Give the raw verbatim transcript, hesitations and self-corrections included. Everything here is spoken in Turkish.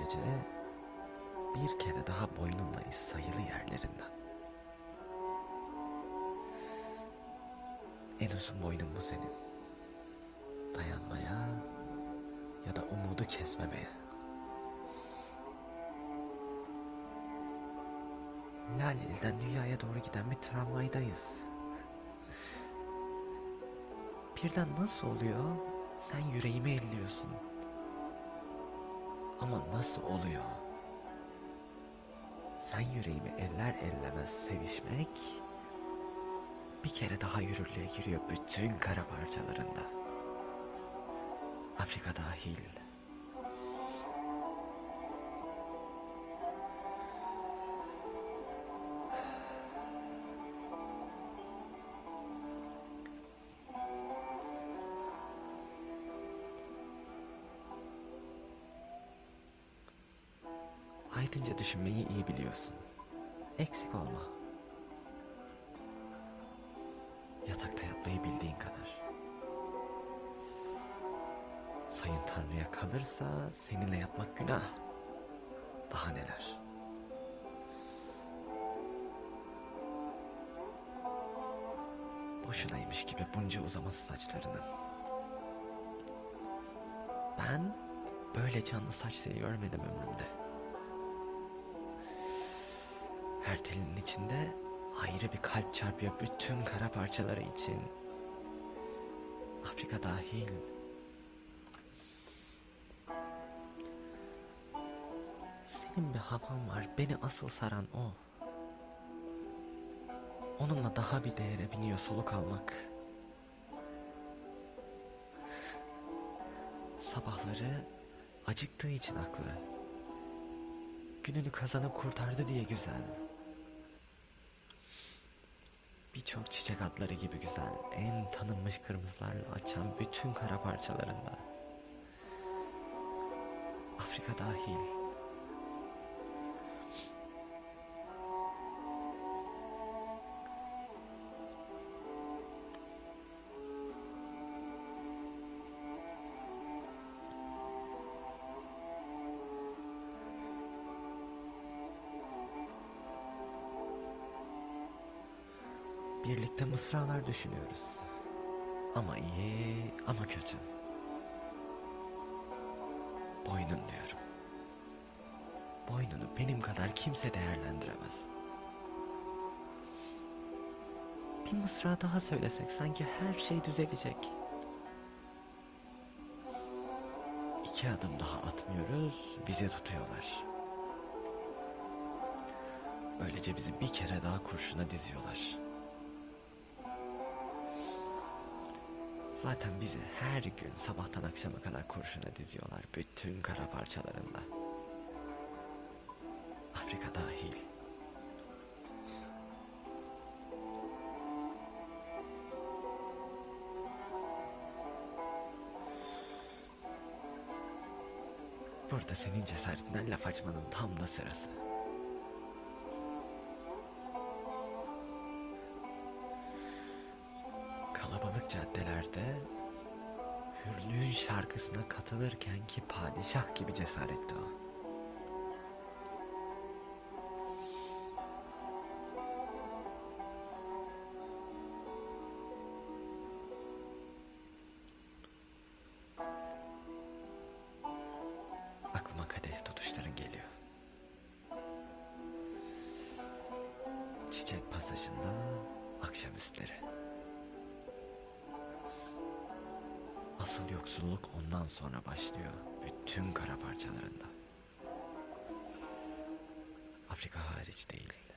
gece bir kere daha boynundayız sayılı yerlerinden. En uzun boynun bu senin. Dayanmaya ya da umudu kesmemeye. Laleli'den dünyaya doğru giden bir tramvaydayız. Birden nasıl oluyor? Sen yüreğimi elliyorsun. Ama nasıl oluyor? Sen yüreğimi eller ellemez sevişmek bir kere daha yürürlüğe giriyor bütün kara parçalarında. Afrika dahil. Aydınca düşünmeyi iyi biliyorsun. Eksik olma. Yatakta yatmayı bildiğin kadar. Sayın Tanrı'ya kalırsa seninle yatmak günah. Daha neler. Boşunaymış gibi bunca uzaması saçlarının. Ben böyle canlı saçları görmedim ömrümde. Her telinin içinde ayrı bir kalp çarpıyor bütün kara parçaları için. Afrika dahil. Senin bir havan var, beni asıl saran o. Onunla daha bir değere biniyor soluk almak. Sabahları acıktığı için aklı. Gününü kazanıp kurtardı diye güzel. Birçok çiçek adları gibi güzel, en tanınmış kırmızılarla açan bütün kara parçalarında. Afrika dahil. Birlikte mısralar düşünüyoruz. Ama iyi, ama kötü. Boynun diyorum. Boynunu benim kadar kimse değerlendiremez. Bir mısra daha söylesek sanki her şey düzelecek. İki adım daha atmıyoruz, bizi tutuyorlar. Böylece bizi bir kere daha kurşuna diziyorlar. Zaten bizi her gün sabahtan akşama kadar kurşuna diziyorlar bütün kara parçalarında. Afrika dahil. Burada senin cesaretinden laf açmanın tam da sırası. Kalabalık caddelerde hürlüğün şarkısına katılırken ki padişah gibi cesaretti o. Aklıma kadeh tutuşların geliyor. Çiçek pasajında akşamüstleri. Asıl yoksulluk ondan sonra başlıyor bütün kara parçalarında. Afrika hariç değil.